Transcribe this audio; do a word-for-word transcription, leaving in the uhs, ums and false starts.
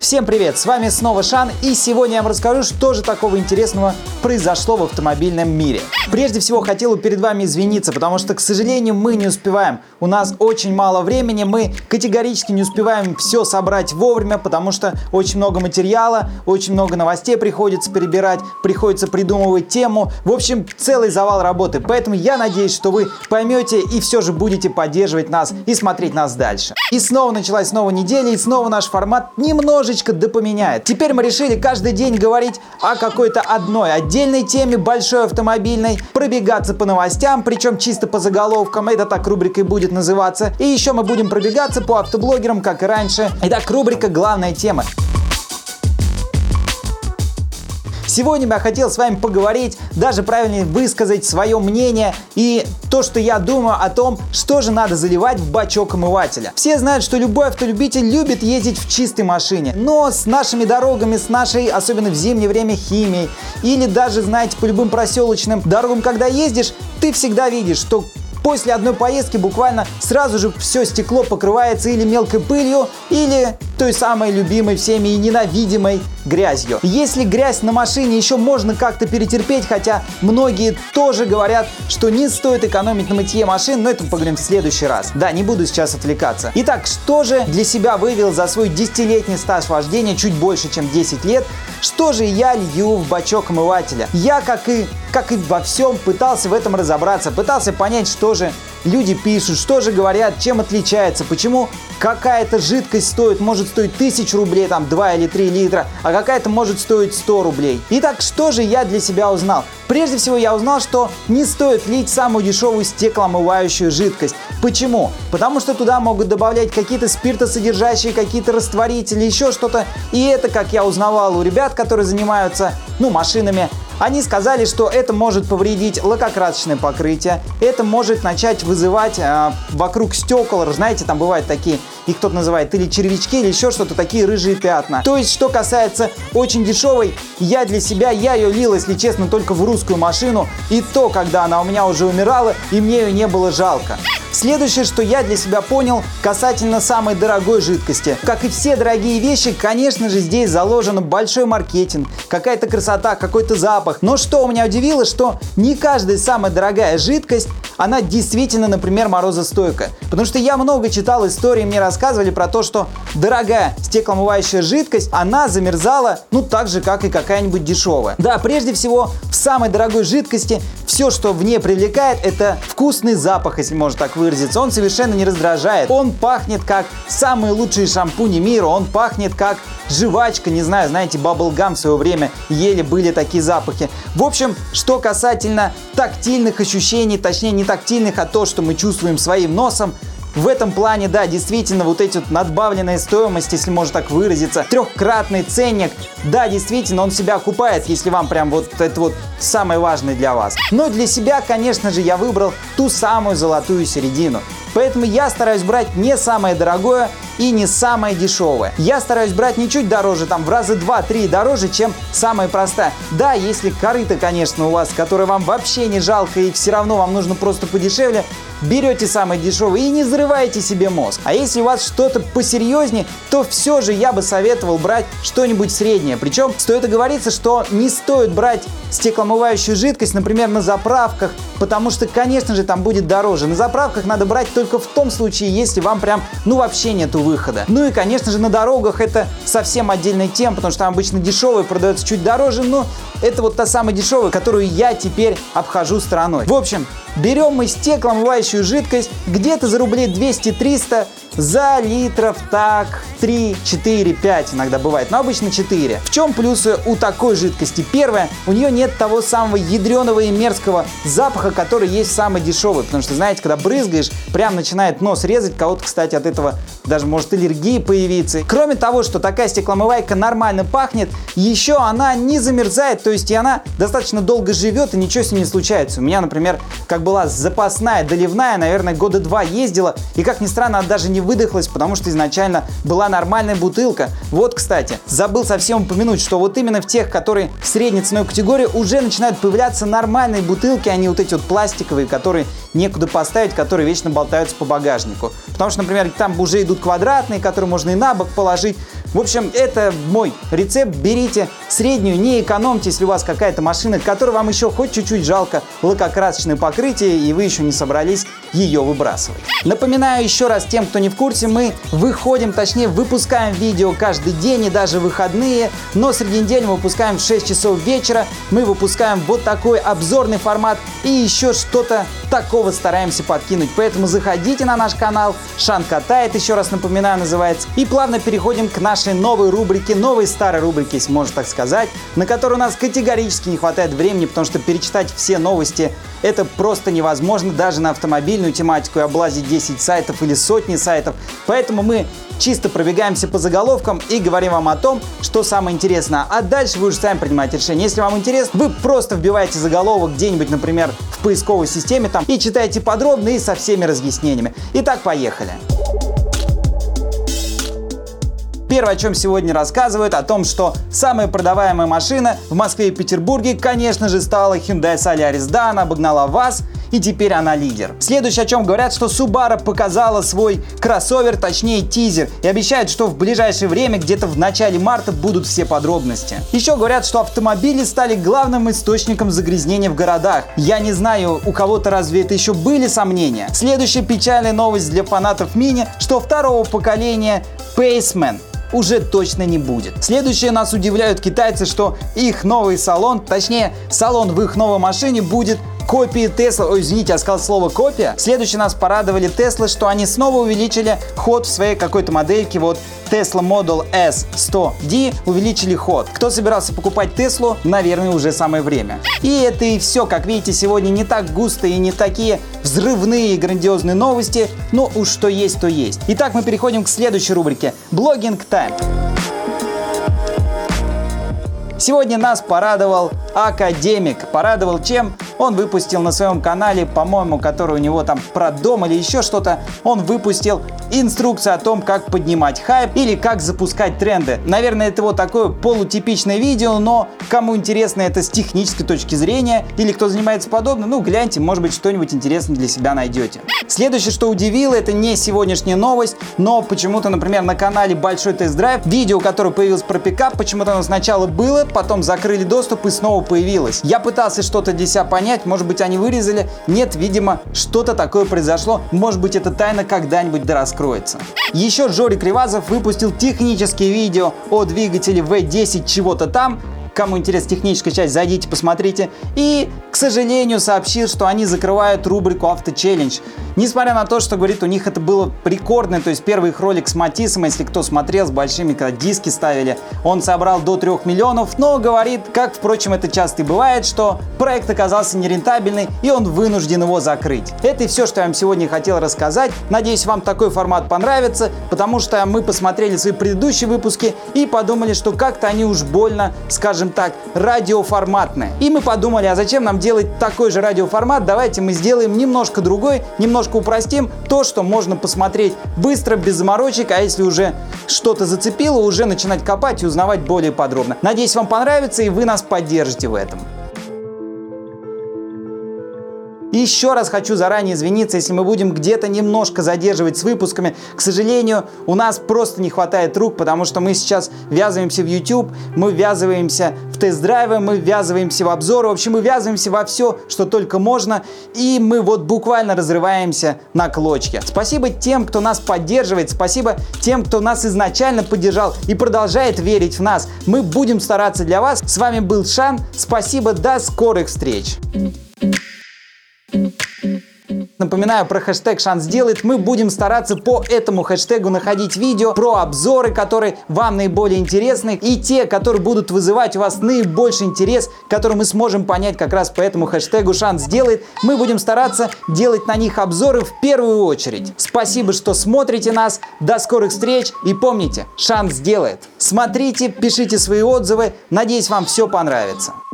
Всем привет, с вами снова Шан, и сегодня я вам расскажу, что же такого интересного произошло в автомобильном мире. Прежде всего хотел бы перед вами извиниться, потому что, к сожалению, мы не успеваем. У нас очень мало времени, мы категорически не успеваем все собрать вовремя, потому что очень много материала, очень много новостей приходится перебирать, приходится придумывать тему. В общем, целый завал работы, поэтому я надеюсь, что вы поймете и все же будете поддерживать нас и смотреть нас дальше. И снова началась новая неделя, и снова наш формат немножечко допоменяет. Теперь мы решили каждый день говорить о какой-то одной отдельной теме, большой автомобильной, пробегаться по новостям, причем чисто по заголовкам, это так рубрика и будет называться. И еще мы будем пробегаться по автоблогерам, как и раньше. Итак, рубрика «Главная тема». Сегодня я хотел с вами поговорить, даже правильнее высказать свое мнение и то, что я думаю о том, что же надо заливать в бачок омывателя. Все знают, что любой автолюбитель любит ездить в чистой машине, но с нашими дорогами, с нашей, особенно в зимнее время, химией, или даже, знаете, по любым проселочным дорогам, когда ездишь, ты всегда видишь, что после одной поездки буквально сразу же все стекло покрывается или мелкой пылью, или той самой любимой всеми и ненавидимой грязью. Если грязь на машине еще можно как-то перетерпеть, хотя многие тоже говорят, что не стоит экономить на мытье машин, но это мы поговорим в следующий раз. Да, не буду сейчас отвлекаться. Итак, что же для себя вывел за свой десятилетний стаж вождения, чуть больше, чем десять лет, что же я лью в бачок омывателя? Я, как и, как и во всем, пытался в этом разобраться, пытался понять, что же люди пишут, что же говорят, чем отличается, почему какая-то жидкость стоит, может стоить тысячу рублей, там два или три литра, а какая-то может стоить сто рублей. Итак, что же я для себя узнал? Прежде всего я узнал, что не стоит лить самую дешевую стеклоомывающую жидкость. Почему? Потому что туда могут добавлять какие-то спиртосодержащие, какие-то растворители, еще что-то. И это, как я узнавал у ребят, которые занимаются, ну, машинами, они сказали, что это может повредить лакокрасочное покрытие, это может начать вызывать э, вокруг стекол, знаете, там бывают такие, их кто-то называет или червячки, или еще что-то, такие рыжие пятна. То есть, что касается очень дешевой, я для себя, я ее лил, если честно, только в русскую машину, и то, когда она у меня уже умирала, и мне ее не было жалко. Следующее, что я для себя понял касательно самой дорогой жидкости. Как и все дорогие вещи, конечно же, здесь заложен большой маркетинг, какая-то красота, какой-то запах. Но что меня удивило, что не каждая самая дорогая жидкость, она действительно, например, морозостойкая. Потому что я много читал истории, мне рассказывали про то, что дорогая стеклоомывающая жидкость, она замерзала, ну, так же, как и какая-нибудь дешевая. Да, прежде всего, в самой дорогой жидкости все, что в ней привлекает, это вкусный запах, если можно так выразиться. Он совершенно не раздражает. Он пахнет как самые лучшие шампуни мира. Он пахнет как жвачка, не знаю, знаете, баблгам в свое время ели, были такие запахи. В общем, что касательно тактильных ощущений, точнее не тактильных, а то, что мы чувствуем своим носом, в этом плане, да, действительно, вот эти вот надбавленные стоимости, если можно так выразиться, трехкратный ценник, да, действительно, он себя окупает, если вам прям вот это вот самое важное для вас. Но для себя, конечно же, я выбрал ту самую золотую середину. Поэтому я стараюсь брать не самое дорогое и не самое дешевое. Я стараюсь брать не чуть дороже, там в раза два-три дороже, чем самая простая. Да, если корыто, конечно, у вас, которое вам вообще не жалко и все равно вам нужно просто подешевле, берете самое дешевое и не взрываете себе мозг. А если у вас что-то посерьезнее, то все же я бы советовал брать что-нибудь среднее. Причем стоит оговориться, что не стоит брать стеклоомывающую жидкость, например, на заправках, потому что, конечно же, там будет дороже. На заправках надо брать только в том случае, если вам прям, ну, вообще нету выхода. Ну и, конечно же, на дорогах это совсем отдельная тема, потому что там обычно дешевые продается чуть дороже, но это вот та самая дешевая, которую я теперь обхожу стороной. В общем, берем мы стеклоомывающую жидкость где-то за рублей двести-триста, за литров так три, четыре, пять иногда бывает, но обычно четыре. В чем плюсы у такой жидкости? Первое, у нее нет того самого ядреного и мерзкого запаха, который есть в самой дешевой, потому что, знаете, когда брызгаешь, прям начинает нос резать, кого-то, кстати, от этого даже может аллергия появиться. Кроме того, что такая стеклоомывайка нормально пахнет, еще она не замерзает, то есть и она достаточно долго живет и ничего с ней не случается. У меня, например, как была запасная доливная, наверное, года два ездила, и, как ни странно, она даже не выдохлась, потому что изначально была нормальная бутылка. Вот, кстати, забыл совсем упомянуть, что вот именно в тех, которые в средней ценовой категории, уже начинают появляться нормальные бутылки, а не вот эти вот пластиковые, которые некуда поставить, которые вечно болтаются по багажнику. Потому что, например, там уже идут квадратные, которые можно и на бок положить. В общем, это мой рецепт. Берите среднюю, не экономьте, если у вас какая-то машина, которой вам еще хоть чуть-чуть жалко лакокрасочное покрытие, и вы еще не собрались ее выбрасывать. Напоминаю еще раз тем, кто не в курсе, мы выходим, точнее выпускаем видео каждый день и даже выходные, но среди недели мы выпускаем в шесть часов вечера. Мы выпускаем вот такой обзорный формат и еще что-то такого стараемся подкинуть. Поэтому заходите на наш канал, Шан катает, еще раз напоминаю, называется, и плавно переходим к нашей новой рубрике, новой старой рубрике, если можно так сказать, на которую у нас категорически не хватает времени, потому что перечитать все новости это просто невозможно, даже на автомобильную тематику и облазить десять сайтов или сотни сайтов. Поэтому мы чисто пробегаемся по заголовкам и говорим вам о том, что самое интересное. А дальше вы уже сами принимаете решение. Если вам интересно, вы просто вбиваете заголовок где-нибудь, например, в поисковой системе там, и читаете подробно и со всеми разъяснениями. Итак, поехали. Первое, о чем сегодня рассказывают, о том, что самая продаваемая машина в Москве и Петербурге, конечно же, стала Hyundai Solaris. Да, она обогнала ВАЗ, и теперь она лидер. Следующее, о чем говорят, что Subaru показала свой кроссовер, точнее тизер, и обещают, что в ближайшее время, где-то в начале марта, будут все подробности. Еще говорят, что автомобили стали главным источником загрязнения в городах. Я не знаю, у кого-то разве это еще были сомнения. Следующая печальная новость для фанатов Mini, что второго поколения Paceman уже точно не будет. Следующее, нас удивляют китайцы, что их новый салон, точнее салон в их новой машине будет копии Tesla. Ой, извините, я сказал слово копия. Следующее, нас порадовали Tesla, что они снова увеличили ход в своей какой-то модельке. Вот Tesla Model эс сто ди увеличили ход. Кто собирался покупать Теслу, наверное, уже самое время. И это и все. Как видите, сегодня не так густо и не такие взрывные и грандиозные новости, но уж что есть, то есть. Итак, мы переходим к следующей рубрике Blogging Time. Сегодня нас порадовал Академик. Порадовал чем? Он выпустил на своем канале, по-моему, который у него там про дом или еще что-то, он выпустил инструкцию о том, как поднимать хайп или как запускать тренды. Наверное, это вот такое полутипичное видео, но кому интересно это с технической точки зрения или кто занимается подобным, ну гляньте, может быть, что-нибудь интересное для себя найдете. Следующее, что удивило, это не сегодняшняя новость, но почему-то, например, на канале Большой Тест-Драйв видео, которое появилось про пикап, почему-то оно сначала было, потом закрыли доступ и снова появилось. Я пытался что-то для себя понять, может быть, они вырезали. Нет, видимо, что-то такое произошло. Может быть, эта тайна когда-нибудь дораскроется. Еще Жорик Ревазов выпустил технические видео о двигателе ви десять чего-то там. Кому интересна техническая часть, зайдите, посмотрите. И, к сожалению, сообщил, что они закрывают рубрику «Авточеллендж». Несмотря на то, что, говорит, у них это было рекордно, то есть первый их ролик с Матисом, если кто смотрел, с большими, когда диски ставили, он собрал до трех миллионов, но говорит, как, впрочем, это часто и бывает, что проект оказался нерентабельный, и он вынужден его закрыть. Это и все, что я вам сегодня хотел рассказать. Надеюсь, вам такой формат понравится, потому что мы посмотрели свои предыдущие выпуски и подумали, что как-то они уж больно, скажем так, радиоформатные. И мы подумали, а зачем нам делать такой же радиоформат? Давайте мы сделаем немножко другой, немножко упростим то, что можно посмотреть быстро, без заморочек, а если уже что-то зацепило, уже начинать копать и узнавать более подробно. Надеюсь, вам понравится и вы нас поддержите в этом. Еще раз хочу заранее извиниться, если мы будем где-то немножко задерживать с выпусками. К сожалению, у нас просто не хватает рук, потому что мы сейчас ввязываемся в YouTube, мы ввязываемся в тест-драйвы, мы ввязываемся в обзоры. В общем, мы ввязываемся во все, что только можно, и мы вот буквально разрываемся на клочья. Спасибо тем, кто нас поддерживает, спасибо тем, кто нас изначально поддержал и продолжает верить в нас. Мы будем стараться для вас. С вами был Шан. Спасибо, до скорых встреч. Напоминаю про хэштег «Шан сделает». Мы будем стараться по этому хэштегу находить видео про обзоры, которые вам наиболее интересны, и те, которые будут вызывать у вас наибольший интерес, которые мы сможем понять как раз по этому хэштегу «Шан сделает». Мы будем стараться делать на них обзоры в первую очередь. Спасибо, что смотрите нас. До скорых встреч. И помните, Шан сделает. Смотрите, пишите свои отзывы. Надеюсь, вам все понравится.